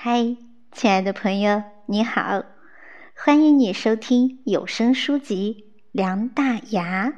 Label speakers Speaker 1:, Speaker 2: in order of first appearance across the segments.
Speaker 1: 嗨，亲爱的朋友，你好，欢迎你收听有声书籍《梁大牙》。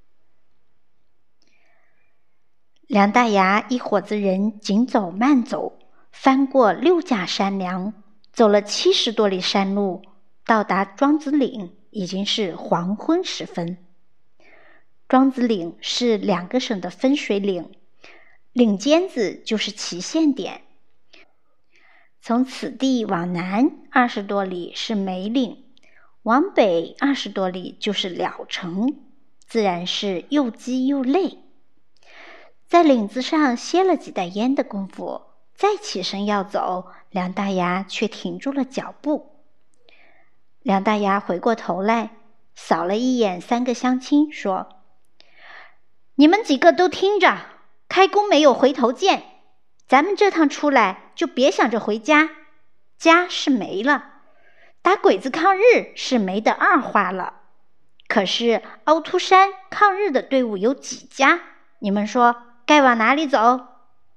Speaker 1: 梁大牙一伙子人紧走慢走，翻过6架山梁，走了70多里山路，到达庄子岭已经是黄昏时分。庄子岭是2个省的分水岭，岭尖子就是起限点。从此地往南20多里是梅岭，往北20多里就是了城，自然是又饥又累。在岭子上歇了几袋烟的功夫，再起身要走，梁大牙却停住了脚步。梁大牙回过头来，扫了一眼3个乡亲，说：“你们几个都听着，开弓没有回头箭，咱们这趟出来就别想着回家，家是没了，打鬼子抗日是没得二话了。可是凹凸山抗日的队伍有几家？你们说该往哪里走？”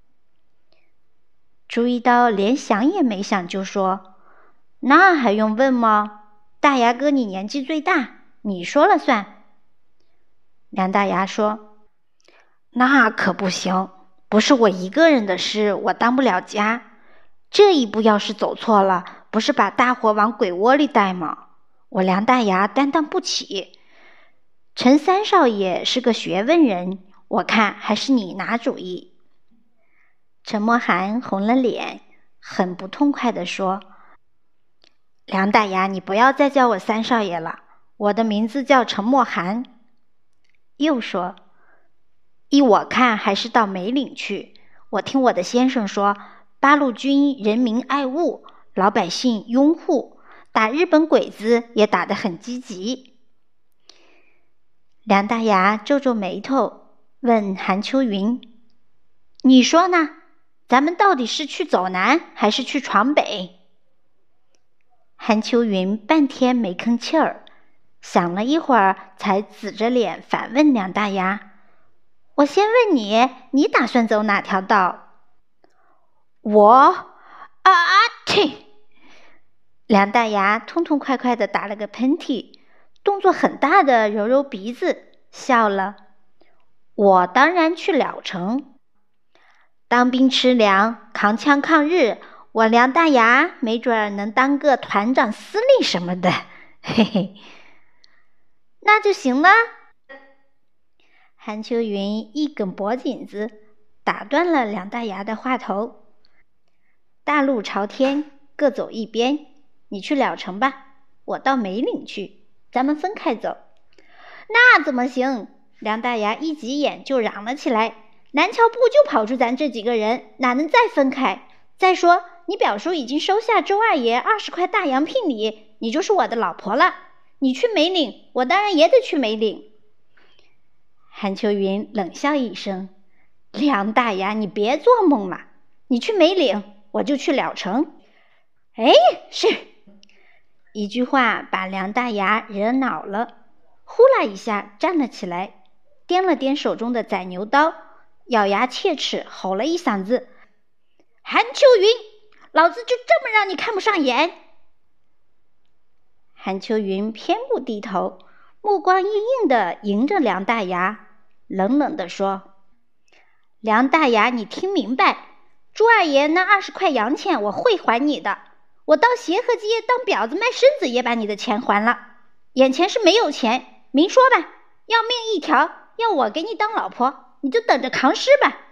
Speaker 1: 朱一刀连想也没想就说：“那还用问吗？大牙哥你年纪最大，你说了算。”梁大牙说：“那可不行，不是我一个人的事，我当不了家。这一步要是走错了，不是把大伙往鬼窝里带吗？我梁大牙担当不起。陈三少爷是个学问人，我看还是你拿主意。”陈默涵红了脸，很不痛快地说：“梁大牙，你不要再叫我三少爷了，我的名字叫陈默涵。”又说：“依我看还是到梅岭去，我听我的先生说，八路军人民爱物，老百姓拥护，打日本鬼子也打得很积极。”梁大牙皱皱眉头，问韩秋云：“你说呢？咱们到底是去走南还是去闯北？”韩秋云半天没吭气儿，想了一会儿，才紫着脸反问梁大牙：“我先问你，你打算走哪条道？”我嚏！梁大牙痛痛快快地打了个喷嚏，动作很大的揉揉鼻子，笑了：“我当然去了城。当兵吃粮，扛枪抗日，我梁大牙没准能当个团长司令什么的，嘿嘿。”“那就行了。”韩秋云一梗脖颈子，打断了梁大牙的话头：“大路朝天，各走一边，你去了城吧，我到梅岭去，咱们分开走。”“那怎么行？”梁大牙一急眼就嚷了起来：“南桥部就跑出咱这几个人，哪能再分开？再说你表叔已经收下周二爷20块大洋聘礼，你就是我的老婆了。你去梅岭，我当然也得去梅岭。”韩秋云冷笑一声：“梁大牙，你别做梦了，你去梅岭，我就去了城。”“哎，是。”一句话把梁大牙惹恼了，呼啦一下站了起来，掂了掂手中的宰牛刀，咬牙切齿吼了一嗓子：“韩秋云，老子就这么让你看不上眼！”韩秋云偏不低头，目光硬硬地迎着梁大牙，冷冷地说：“梁大牙，你听明白，朱二爷那20块洋钱我会还你的，我到协和街当婊子卖身子也把你的钱还了。眼前是没有钱，明说吧，要命一条，要我给你当老婆，你就等着扛尸吧。”